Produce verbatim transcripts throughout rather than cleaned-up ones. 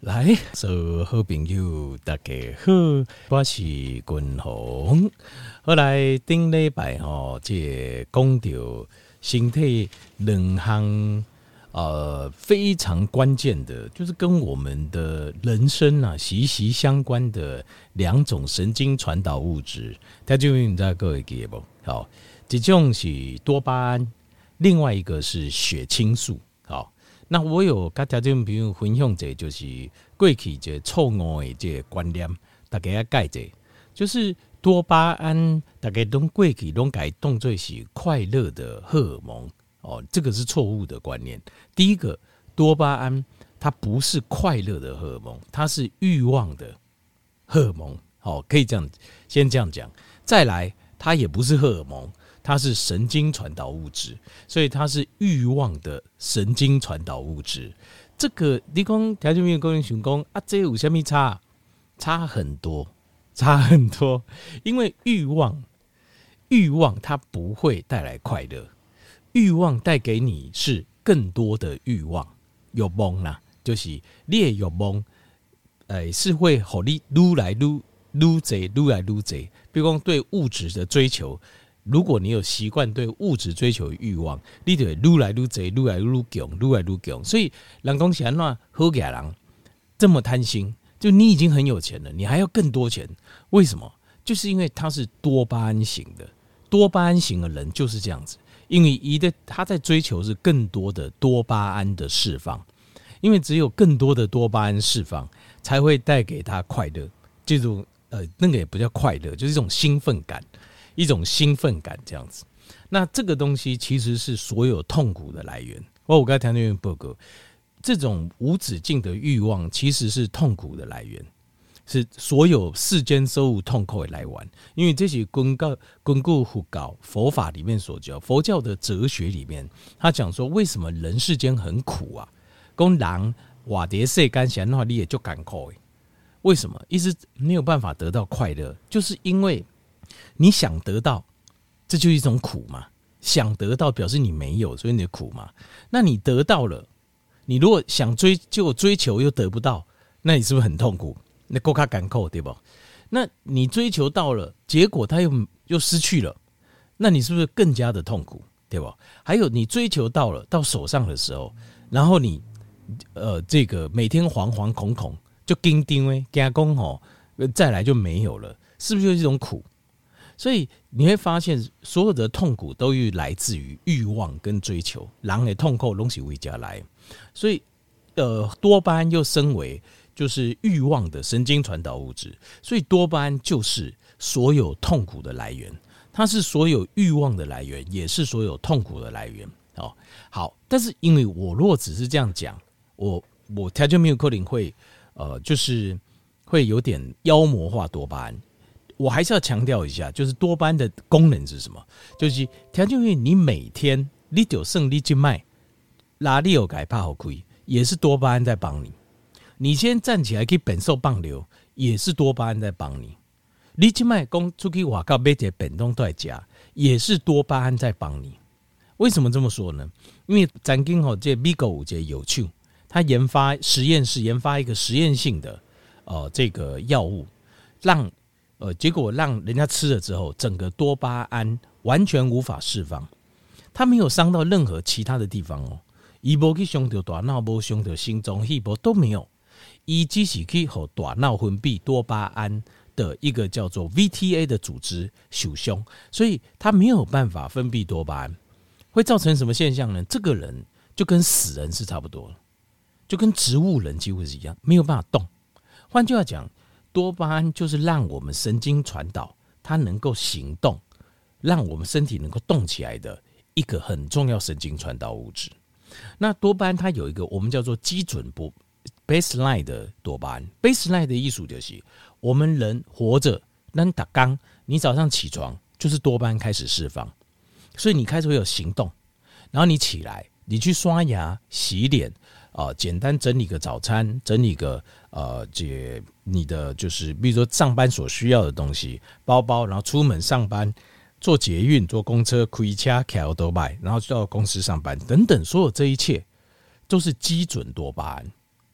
来，所有好朋友大家好，我是君鸿。后来顶礼拜吼，这讲到身体两项呃非常关键的，就是跟我们的人生啊息息相关的两种神经传导物质。大家你知道各位记得不？好，一种是多巴胺，另外一个是血清素。好。那我有跟听众朋友分享者，就是过去这错误的这个观念，大家要改者，就是多巴胺，大家都过去都改当作是快乐的荷尔蒙哦，这个是错误的观念。第一个，多巴胺它不是快乐的荷尔蒙，它是欲望的荷尔蒙。哦，可以这样先这样讲。再来，它也不是荷尔蒙。它是神经传导物质，所以它是欲望的神经传导物质。这个你讲条件面工人想讲啊，这有什么差？差很多，差很多。因为欲望，欲望它不会带来快乐，欲望带给你是更多的欲望，欲望啦，就是你的欲望，呃，是会让你愈来愈愈多，愈来愈多。比如讲对物质的追求。如果你有习惯对物质追求欲望，你就会愈来愈多，愈来愈强，愈来愈强。所以人讲是安怎好嘅人这么贪心，就你已经很有钱了，你还要更多钱，为什么？就是因为他是多巴胺型的，多巴胺型的人就是这样子，因为一的他在追求是更多的多巴胺的释放，因为只有更多的多巴胺释放，才会带给他快乐。这种呃，那个也不叫快乐，就是一种兴奋感。一种兴奋感这样子，那这个东西其实是所有痛苦的来源。我我刚才谈那报告，这种无止境的欲望其实是痛苦的来源，是所有世间所有痛苦的来源。因为这是根据根据佛教佛法里面所教，佛教的哲学里面，他讲说为什么人世间很苦啊？讲人活在世间上，那你也就艰苦。为什么？一直没有办法得到快乐，就是因为。你想得到，这就是一种苦嘛。想得到表示你没有，所以你的苦嘛。那你得到了，你如果想追，结果追求又得不到，那你是不是很痛苦？那够卡赶扣对不？那你追求到了，结果他又又失去了，那你是不是更加的痛苦？对吧？还有你追求到了，到手上的时候，然后你呃这个每天惶惶恐恐，就惊惊哎，惊讲吼，再来就没有了，是不是就是一种苦？所以你会发现，所有的痛苦都来自于欲望跟追求。人的痛苦都是为家来，所以呃，多巴胺又称为就是欲望的神经传导物质。所以多巴胺就是所有痛苦的来源，它是所有欲望的来源，也是所有痛苦的来源。哦，好，但是因为我若只是这样讲，我我条件没有可能会呃，就是会有点妖魔化多巴胺。我还是要强调一下，就是多巴胺的功能是什么？就是条件于你每天你就剩你去卖拉力有改怕好亏，也是多巴胺在帮你。你先站起来可以本受棒流，也是多巴胺在帮你。你去卖公出去外靠买点本东都在加，也是多巴胺在帮你。为什么这么说呢？因为咱今后这美国有这有趣，他研发实验室研发一个实验性的呃这个药物，让呃，结果让人家吃了之后，整个多巴胺完全无法释放，它没有伤到任何其他的地方哦，伊无去伤到大脑，无伤到心脏、细胞都没有，伊只是去让大脑分泌多巴胺的一个叫做 V T A 的组织受伤，所以它没有办法分泌多巴胺，会造成什么现象呢？这个人就跟死人是差不多了，就跟植物人几乎是一样，没有办法动。换句话讲。多巴胺就是让我们神经传导，它能够行动，让我们身体能够动起来的一个很重要神经传导物质。那多巴胺它有一个我们叫做基准波 baseline 的多巴胺 ，baseline 的意思就是我们人活着，那打刚你早上起床就是多巴胺开始释放，所以你开始会有行动，然后你起来，你去刷牙、洗脸。呃、简单整理个早餐，整理个呃，这你的就是比如说上班所需要的东西，包包，然后出门上班，坐捷运、坐公车、开车、开欧多拜，然后到公司上班等等，所有这一切都是基准多巴胺。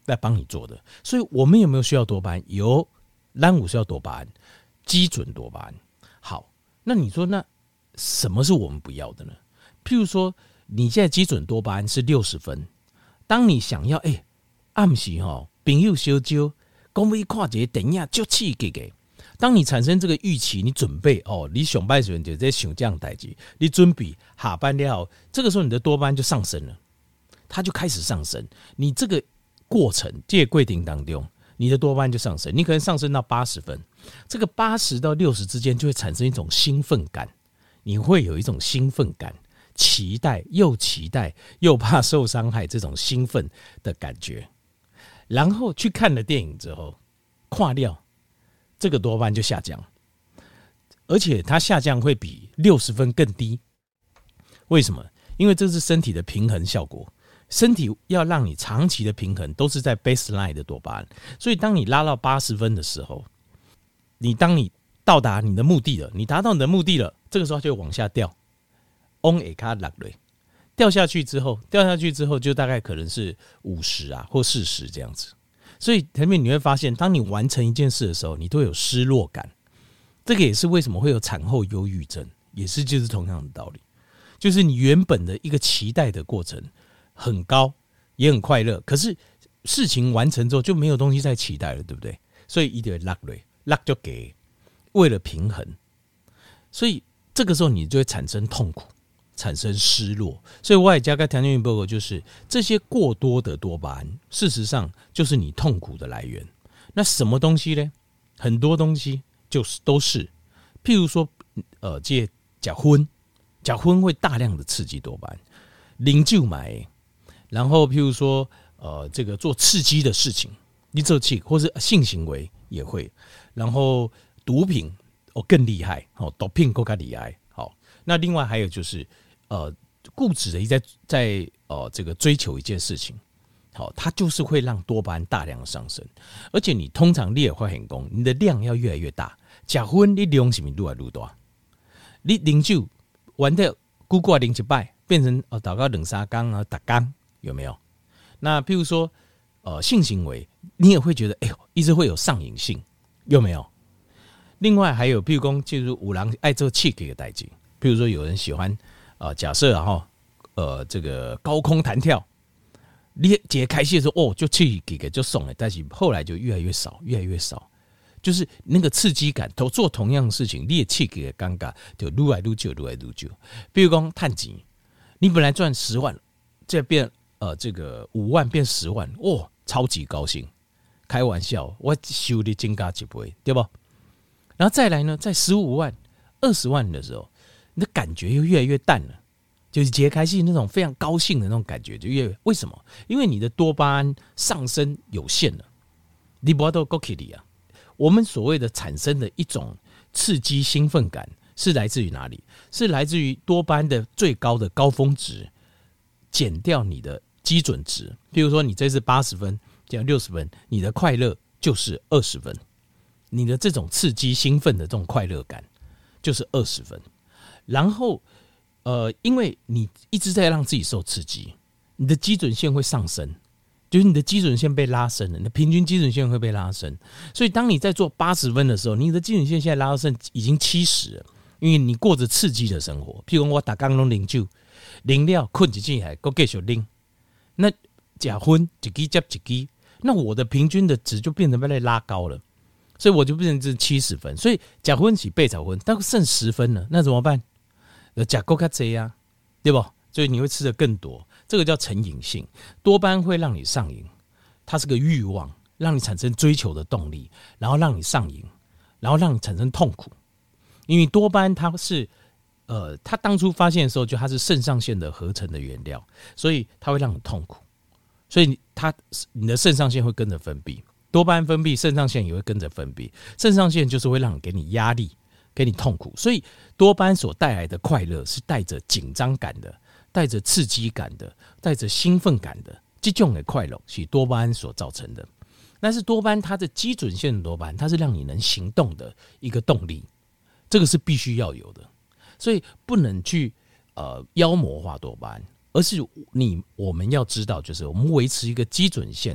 来帮你做的。所以我们有没有需要多巴胺？有，咱有需要多巴胺，基准多巴胺。好，那你说那什么是我们不要的呢？譬如说，你现在基准多巴胺是六十分，当你想要哎，暗时吼朋友相招，讲要看一个电影足刺激的，当你产生这个预期，你准备哦，你上班时候就在想这样的代志，你准备下班了，这个时候你的多巴胺就上升了，它就开始上升。你这个过程，这个过程当中，你的多巴胺就上升，你可能上升到八十分，这个八十到六十之间就会产生一种兴奋感，你会有一种兴奋感。期待又期待又怕受伤害，这种兴奋的感觉，然后去看了电影之后，跨掉这个多巴胺就下降，而且它下降会比六十分更低。为什么？因为这是身体的平衡效果，身体要让你长期的平衡都是在 baseline 的多巴胺，所以当你拉到八十分的时候，你当你到达你的目的了，你达到你的目的了，这个时候就往下掉。往下落落，掉下去之后，掉下去之后就大概可能是五十啊或四十这样子。所以前面你会发现，当你完成一件事的时候，你都有失落感。这个也是为什么会有产后忧郁症，也是就是同样的道理。就是你原本的一个期待的过程很高，也很快乐，可是事情完成之后就没有东西再期待了，对不对？所以一定会落落，落就给，为了平衡，所以这个时候你就会产生痛苦。产生失落，所以我也加个条件报告，就是这些过多的多巴胺，事实上就是你痛苦的来源。那什么东西呢？很多东西就是都是，譬如说，呃，这假婚，假婚会大量的刺激多巴胺，零酒买，然后譬如说，呃，这个做刺激的事情，你做气或是性行为也会，然后毒品哦更厉害，哦，毒品更加厉害。好，那另外还有就是。呃，固执的在在呃这个追求一件事情，好，它就是会让多巴胺大量的上升，而且你通常你也会很功，你的量要越来越大。吃薰你量是不是越来越大？你啉酒玩的久久啉一摆，变成哦大概两三缸啊，打缸有没有？那譬如说呃性行为，你也会觉得哎呦，一直会有上瘾性，有没有？另外还有譬如说，就是有人爱做刺激的代志，譬如说有人喜欢。啊、呃，假设啊哈，呃，这个高空弹跳，你解开戏的时候，哦，就去给给就送了，但是后来就越来越少，越来越少，就是那个刺激感，都做同样的事情，你也去给尴尬，就愈来愈久，愈来愈久。比如讲探钱，你本来赚十万，这变呃这个五万变十万，哦，超级高兴，开玩笑，我收你增加一倍，对不？然后再来呢，在十五万、二十万的时候。你的感觉又越来越淡了，就是解开戏那种非常高兴的那种感觉就越为什么？因为你的多巴胺上升有限了，你不要都过去里啊。我们所谓的产生的一种刺激兴奋感是来自于哪里？是来自于多巴胺的最高的高峰值减掉你的基准值。譬如说你这是八十分减六十分，你的快乐就是二十分，你的这种刺激兴奋的这种快乐感就是二十分。然后，呃，因为你一直在让自己受刺激，你的基准线会上升，就是你的基准线被拉升了，你的平均基准线会被拉升。所以，当你在做八十分的时候，你的基准线现在拉到剩已经七十了，因为你过着刺激的生活。譬如我打刚拢啉酒，啉了困一进来，够继续啉，那假昏一支接一支，那我的平均的值就变成被拉高了，所以我就变成是七十分。所以假昏起被早昏，但剩十分了，那怎么办？吃够较多啊，对不？所以你会吃的更多，这个叫成瘾性。多巴胺会让你上瘾，它是个欲望，让你产生追求的动力，然后让你上瘾，然后让你产生痛苦。因为多巴胺它是，呃，它当初发现的时候，就它是肾上腺的合成的原料，所以它会让你痛苦，所以它你的肾上腺会跟着分泌多巴胺分泌，肾上腺也会跟着分泌。肾上腺就是会让你给你压力。给你痛苦，所以多巴胺所带来的快乐是带着紧张感的，带着刺激感的，带着兴奋感的，这种的快乐是多巴胺所造成的。但是多巴胺它的基准线的多巴胺，它是让你能行动的一个动力，这个是必须要有的，所以不能去呃妖魔化多巴胺，而是你我们要知道，就是我们维持一个基准线，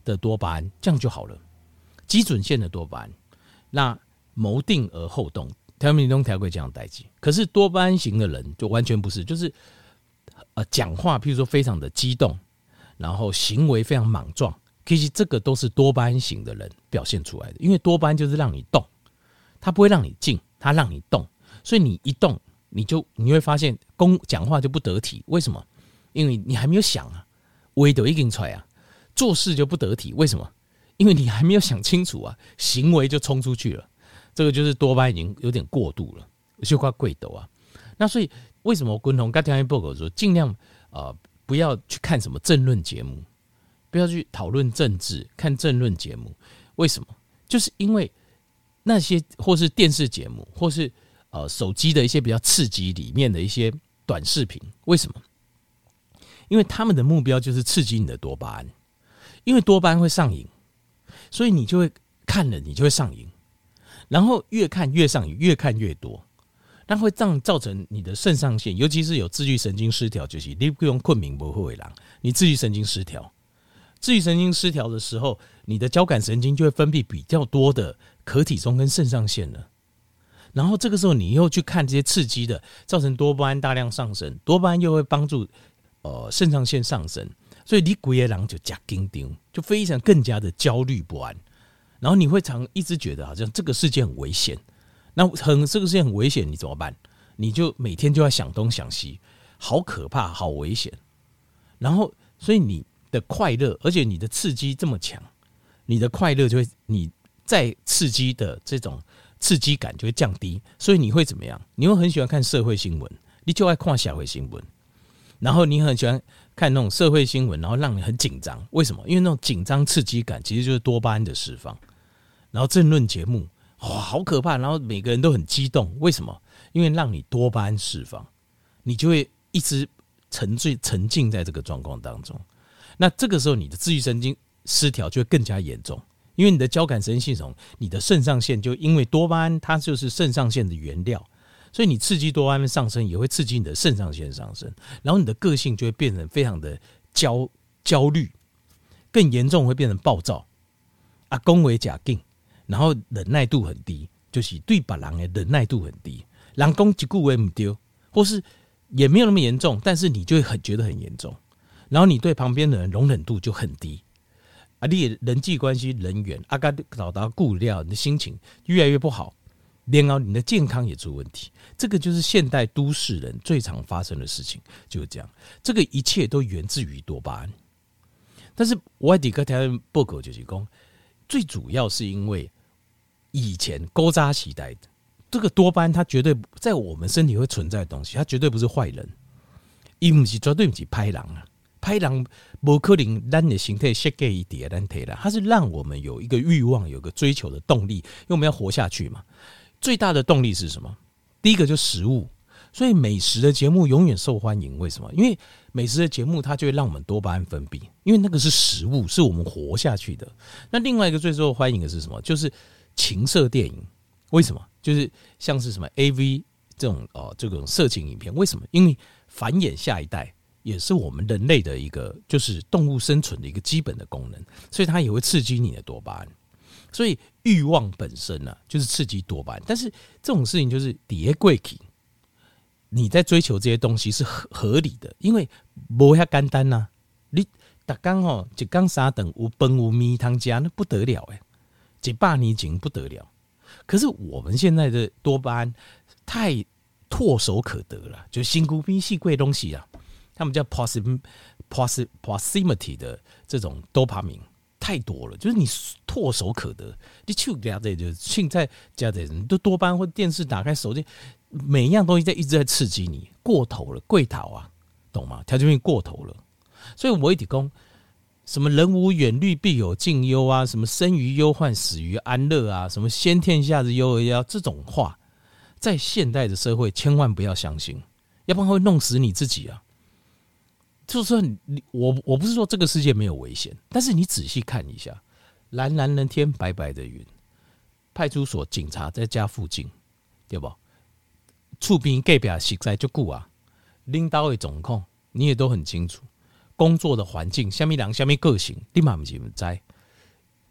的多巴胺，这样就好了。基准线的多巴胺，那谋定而后动，条目中条规这样代际。可是多巴胺型的人就完全不是，就是呃讲话，譬如说非常的激动，然后行为非常莽撞，其实这个都是多巴胺型的人表现出来的。因为多巴胺就是让你动，它不会让你静，它让你动，所以你一动，你就你会发现公讲话就不得体。为什么？因为你还没有想啊，话就已经出来啊，做事就不得体。为什么？因为你还没有想清楚啊，行为就冲出去了。这个就是多巴胺已经有点过度了，就快贵斗啊。那所以为什么昆同刚才报告说，尽量呃不要去看什么政论节目，不要去讨论政治，看政论节目。为什么？就是因为那些或是电视节目，或是呃手机的一些比较刺激里面的一些短视频，为什么？因为他们的目标就是刺激你的多巴胺，因为多巴胺会上瘾。所以你就会看了，你就会上瘾，然后越看越上瘾，越看越多，那会这样造成你的肾上腺，尤其是有自律神经失调，就是你不用困眠不会啦，你自律神经失调，自律神经失调的时候，你的交感神经就会分泌比较多的可体松跟肾上腺了，然后这个时候你又去看这些刺激的，造成多巴胺大量上升，多巴胺又会帮助呃肾上腺上升。所以你整个人就很紧张，就非常更加的焦虑不安，然后你会常一直觉得好像这个世界很危险，那很这个世界很危险，你怎么办？你就每天就要想东想西，好可怕，好危险。然后，所以你的快乐，而且你的刺激这么强，你的快乐就会，你再刺激的这种刺激感就会降低，所以你会怎么样？你会很喜欢看社会新闻，你就爱看社会新闻，然后你很喜欢看那种社会新闻，然后让你很紧张。为什么？因为那种紧张刺激感其实就是多巴胺的释放。然后政论节目，哇、哦，好可怕！然后每个人都很激动，为什么？因为让你多巴胺释放，你就会一直沉醉沉浸在这个状况当中。那这个时候，你的自律神经失调就会更加严重，因为你的交感神经系统，你的肾上腺就因为多巴胺，它就是肾上腺的原料。所以你刺激多巴胺上升，也会刺激你的肾上腺上升，然后你的个性就会变成非常的焦焦虑，更严重会变成暴躁啊，恭维假定，然后忍耐度很低，就是对别人的忍耐度很低，人讲一句话不对，或是也没有那么严重，但是你就会很觉得很严重，然后你对旁边的人容忍度就很低啊，你的人际关系人缘啊，搞搞到顾料，你的心情越来越不好。然后你的健康也出问题，这个就是现代都市人最常发生的事情，就是这样。这个一切都源自于多巴胺，但是我第个条报告就是说，最主要是因为以前古早时代的这个多巴胺，它绝对在我们身体会存在的东西，它绝对不是坏人，伊不是绝对不是歹人啊，歹人不可能咱的身体设计一点咱体啦，它是让我们有一个欲望，有一个追求的动力，因为我们要活下去嘛。最大的动力是什么？第一个就是食物，所以美食的节目永远受欢迎。为什么？因为美食的节目它就会让我们多巴胺分泌，因为那个是食物，是我们活下去的。那另外一个最受欢迎的是什么？就是情色电影。为什么？就是像是什么 A V 这种哦，这种色情影片。为什么？因为繁衍下一代也是我们人类的一个，就是动物生存的一个基本的功能，所以它也会刺激你的多巴胺。所以欲望本身呢、啊，就是刺激多巴胺，但是这种事情就是底下贵气，你在追求这些东西是合理的，因为没那么简单呐。你每天吼一天三顿有饭有米汤吃，那不得了哎，一百年前不得了。可是我们现在的多巴胺太唾手可得了，就新古币细贵东西啊，他们叫 proximity proximity 的这种多巴胺。太多了，就是你唾手可得，你手夹着就现在夹着人都多巴胺或电视打开手机，每一样东西在一直在刺激你，过头了，过头啊，懂吗？它就变过头了。所以我一直讲，什么人无远虑必有近忧啊，什么生于忧患死于安乐啊，什么先天下之忧而忧这种话，在现代的社会千万不要相信，要不然会弄死你自己啊。就是说你，我我不是说这个世界没有危险，但是你仔细看一下，蓝蓝的天，白白的云，派出所、警察在家附近，对不？厝边隔壁实在就久啊，领导的状况你也都很清楚，工作的环境，什么人、什么个性，你嘛不是不知，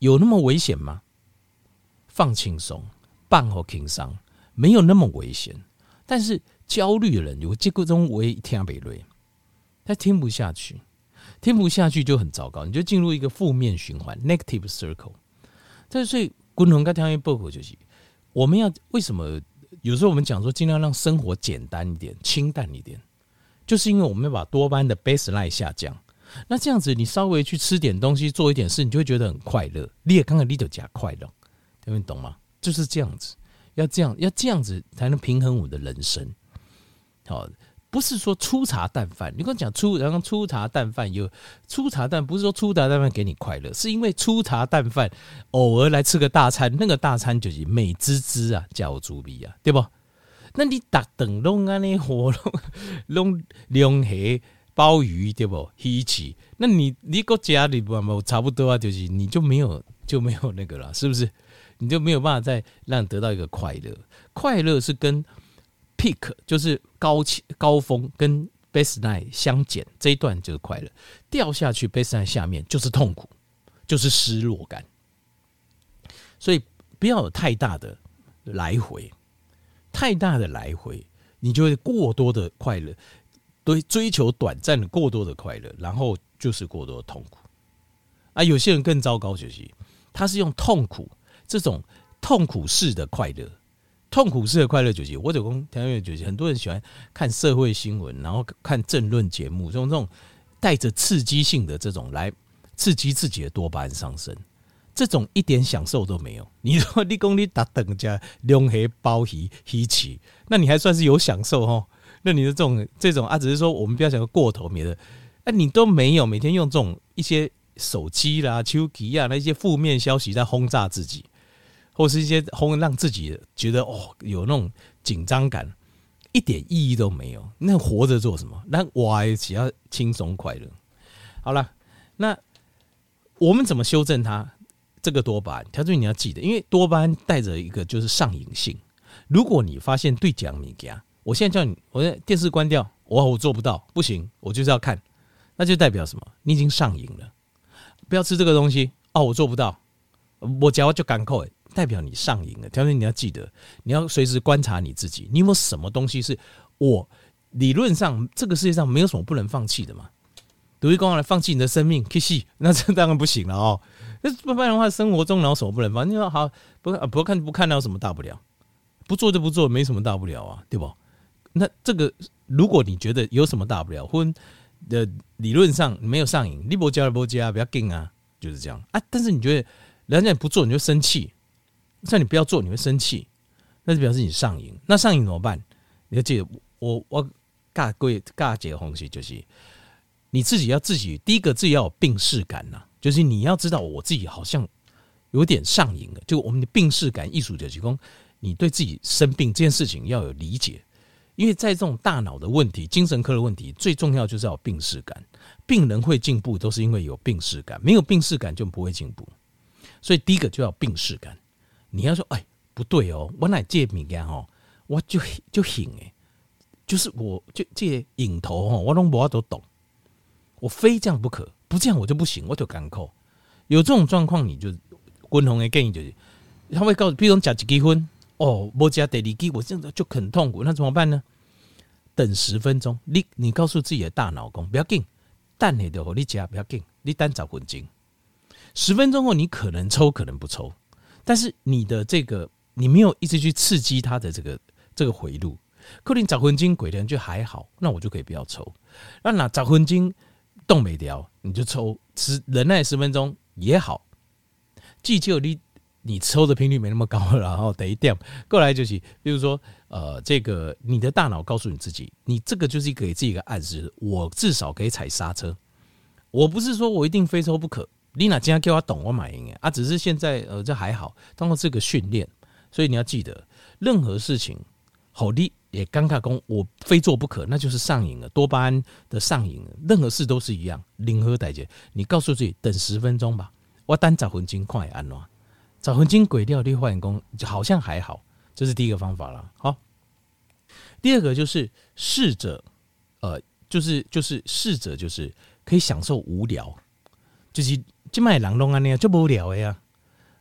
有那么危险吗？放轻松，放好轻松，没有那么危险。但是焦虑的人有这种我也听不累，他听不下去，听不下去就很糟糕，你就进入一个负面循环 （negative circle）。但是所以均衡跟条件报告就是，我们要为什么有时候我们讲说尽量让生活简单一点、清淡一点，就是因为我们要把多巴胺的 baseline 下降。那这样子，你稍微去吃点东西，做一点事，你就会觉得很快乐。你也刚刚你就讲快乐，你懂吗？就是这样子，要这样，要这样子才能平衡我的人生。好，不是说粗茶淡饭。你跟我讲粗，然后粗茶淡饭有粗茶淡，不是说粗茶淡饭给你快乐，是因为粗茶淡饭偶尔来吃个大餐，那个大餐就是美滋滋啊，叫猪鼻啊，对不？那你打等弄啊，那活弄龙虾、鲍鱼，对不？鱼翅，那你你个家里不差不多啊，就是你就没有就没有那个了，是不是？你就没有办法再让你得到一个快乐。快乐是跟 peak 就是高高峰跟 baseline 相减，这一段就是快乐，掉下去 baseline 下面就是痛苦，就是失落感。所以不要有太大的来回，太大的来回，你就会过多的快乐，对，追求短暂的过多的快乐，然后就是过多的痛苦。啊，有些人更糟糕，就是他是用痛苦这种痛苦式的快乐。痛苦式的快乐就是，我就讲，台湾就是很多人喜欢看社会新闻，然后看政论节目，这种这种带着刺激性的这种来刺激自己的多巴胺上升，这种一点享受都没有。你说你讲你打等加龙虾、鲍鱼、鱼翅，那你还算是有享受哦。那你的这种这种啊，只是说我们不要想过头，免得哎你都没有每天用这种一些手机啦、手机啊那些负面消息在轰炸自己。或是一些轰让自己觉得哦有那种紧张感，一点意义都没有。那活着做什么？那我只要轻松快乐。好了，那我们怎么修正它？这个多巴胺，条件你要记得，因为多巴胺带着一个就是上瘾性。如果你发现对讲你给我现在叫你，我电视关掉，我我做不到，不行，我就是要看，那就代表什么？你已经上瘾了。不要吃这个东西哦，我做不到，我讲我就赶扣。代表你上瘾了，条件你要记得，你要随时观察你自己，你有没有什么东西是我理论上这个世界上没有什么不能放弃的嘛？独立公来放弃你的生命，去死，那这当然不行了哦。那不然的话，生活中哪有什么不能放？你说好不不看不看，那有什么大不了？不做就不做，没什么大不了啊，对不？那这个如果你觉得有什么大不了，婚的理论上没有上瘾，你不加不加，不要紧啊，就是这样啊。但是你觉得人家不做，你就生气。像你不要做，你会生气，那就表示你上瘾。那上瘾怎么办？你要记得，我我尬贵尬几个东西，就是你自己要自己第一个自己要有病识感呐、啊，就是你要知道我自己好像有点上瘾了。就我们的病识感，艺术就是说，你对自己生病这件事情要有理解，因为在这种大脑的问题、精神科的问题，最重要就是要有病识感。病人会进步，都是因为有病识感，没有病识感就不会进步。所以第一个就要有病识感。你要说，哎，不对哦，我哪这物件吼，我就就瘾哎，就是我就这瘾头吼，我拢无法都懂，我非这样不可，不这样我就不行，我就干扣。有这种状况，你就均衡的建议就是，他会告诉，比如讲吃一支薰，哦，无吃第二支，我真的就很痛苦，那怎么办呢？等十分钟，你你告诉自己的大脑讲，不要紧，等下就你吃，不要紧，你等十分钟，十分钟后你可能抽，可能不抽。但是你的这个，你没有一直去刺激它的这个这个回路，可能十分钟鬼的人就还好，那我就可以不要抽。那哪十分钟动没掉，你就抽，十忍耐十分钟也好。既就你你抽的频率没那么高了，然后等一点过来就是，比如说呃，这个你的大脑告诉你自己，你这个就是给自己一个暗示，我至少可以踩刹车。我不是说我一定非抽不可。你哪今天叫我懂我买赢啊？只是现在呃这还好，当做这个训练，所以你要记得，任何事情好你也尴尬讲我非做不可，那就是上瘾了，多巴胺的上瘾了。任何事都是一样，零和代价，你告诉自己等十分钟吧，我等十分钟看会安怎，十分钟过掉，你发现讲好像还好，这是第一个方法了。好，第二个就是试着呃，就是就是试着就是可以享受无聊，就是。现在的人都这样就无聊的呀，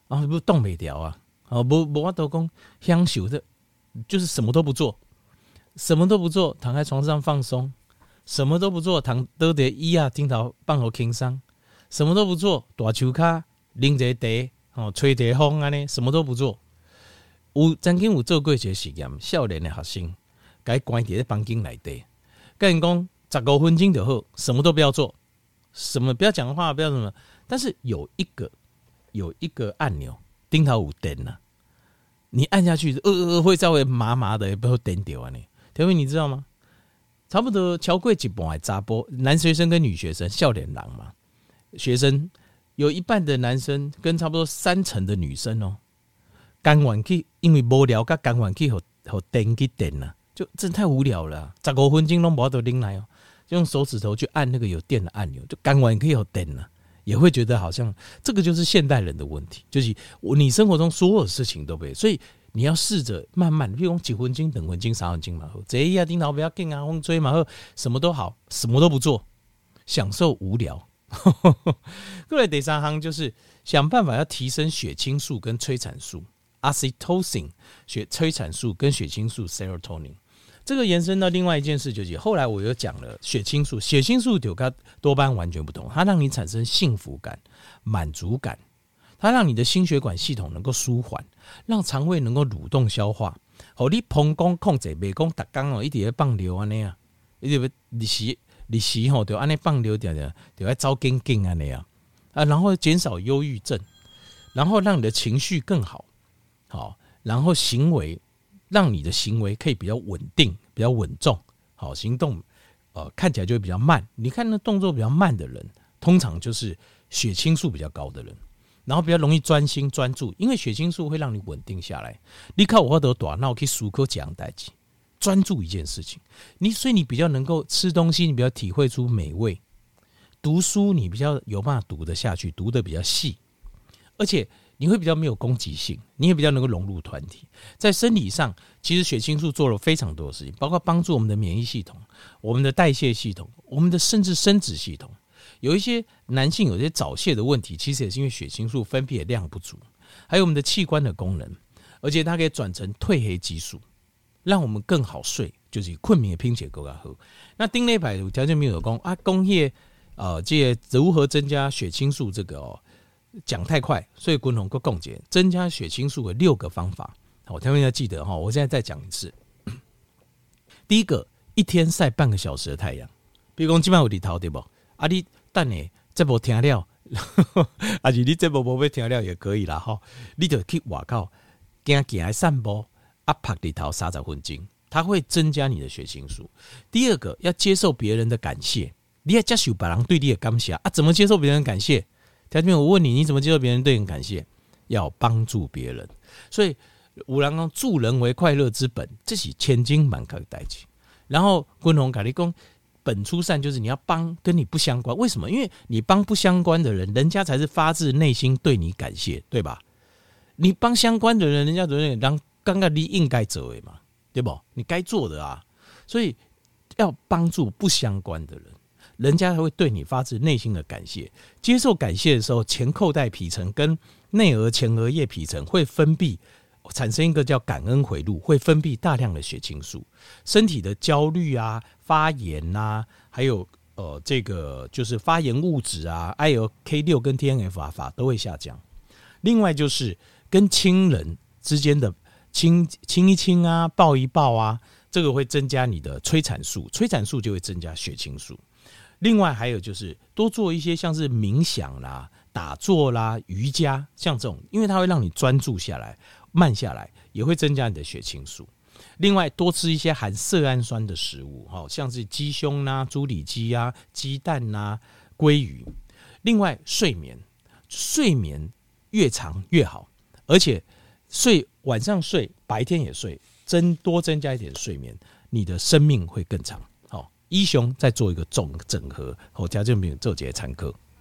啊，不动不掉啊，哦，不不，我都讲享受的，就是什么都不做，什么都不做，躺在床上放松，什么都不做，躺倒在椅啊顶头放好轻松，什么都不做，大树骹啉一茶，哦，吹一下风安尼，什么都不做。有曾经有做过一个实验，少年的学生，该关伫咧房间内底，跟人讲十五分钟就好，什么都不要做，什么不要讲话，不要什么，但是有一个有一个按钮，顶头有电啊，你按下去，呃呃会稍微麻麻的，也不会电掉啊你。田伟你知道吗？差不多超过一半的查甫男学生跟女学生，少年人嘛，学生有一半的男生跟差不多三成的女生哦。甘愿去，因为无聊，甲甘愿去，互互电去电啊，就真的太无聊了、啊。十五分钟拢无法度拎来哦，就用手指头去按那个有电的按钮，就甘愿可以互电啊，也会觉得好像这个就是现代人的问题，就是你生活中所有事情都不会，所以你要试着慢慢，比如讲几分钟、两分钟、三分钟嘛好，坐椅啊、顶头不要紧啊，风吹嘛好，什么都好，什么都不做，享受无聊。过来第三行就是想办法要提升血清素跟催产素。oxytocin 血催产素跟血清素 serotonin， 这个延伸到另外一件事，就是后来我又讲了血清素，血清素就跟多巴胺完全不同，它让你产生幸福感、满足感，它让你的心血管系统能够舒缓，让肠胃能够蠕动消化，好你膀胱控制，袂讲逐工哦一直在放尿安尼啊，一直日时日时吼就安尼放尿点点，就要走紧紧安尼啊啊，然后减少忧郁症，然后让你的情绪更好。好，然后行为让你的行为可以比较稳定、比较稳重，好，行动呃看起来就会比较慢。你看那动作比较慢的人，通常就是血清素比较高的人，然后比较容易专心专注，因为血清素会让你稳定下来。你靠我或者大脑去思考这样代志，专注一件事情，你所以你比较能够吃东西，你比较体会出美味。读书你比较有办法读得下去，读得比较细，而且。你会比较没有攻击性，你也比较能够融入团体。在生理上，其实血清素做了非常多的事情，包括帮助我们的免疫系统、我们的代谢系统、我们的甚至生殖系统。有一些男性有些早泄的问题，其实也是因为血清素分泌的量不足，还有我们的器官的功能，而且它可以转成褪黑激素，让我们更好睡，就是困眠的品质更加好。那丁内排有条件没有讲啊，工业呃，这如何增加血清素这个哦。讲太快，所以滚筒够共解增加血清素的六个方法。好，他们要记得哈，我现在再讲一次。第一个，一天晒半个小时的太阳，比如讲今晚有日头对不？啊，你等下这部听了，啊是你这部无要听了也可以啦哈。你就去外口行行来散步，啊晒日头三十分钟，它会增加你的血清素。第二个，要接受别人的感谢，你要接受别人对你的感谢啊？怎么接受别人的感谢？条件我问你，你怎么接受别人对你感谢？要帮助别人，所以有人讲助人为快乐之本，这是千金万确的代志。然后君鸿跟你讲，本初善就是你要帮跟你不相关，为什么？因为你帮不相关的人，人家才是发自内心对你感谢，对吧？你帮相关的人，人家觉得让刚刚你应该做的嘛，对不？你该做的啊，所以要帮助不相关的人。人家会对你发自内心的感谢，接受感谢的时候，前扣带皮层跟内额前额叶皮层会分泌，产生一个叫感恩回路，会分泌大量的血清素，身体的焦虑啊、发炎啊，还有呃这个就是发炎物质啊 ，I L K 六 跟 T N F 啊都会下降。另外就是跟亲人之间的亲亲一亲啊、抱一抱啊，这个会增加你的催产素，催产素就会增加血清素。另外还有就是多做一些像是冥想啦、打坐啦、瑜伽，像这种，因为它会让你专注下来、慢下来，也会增加你的血清素。另外多吃一些含色氨酸的食物，像是鸡胸啦、猪里脊啊、鸡蛋啦、鲑鱼。另外睡眠，睡眠越长越好，而且睡晚上睡，白天也睡，增多增加一点睡眠，你的生命会更长。医雄再做一个总整合，我条件没有做这些参考。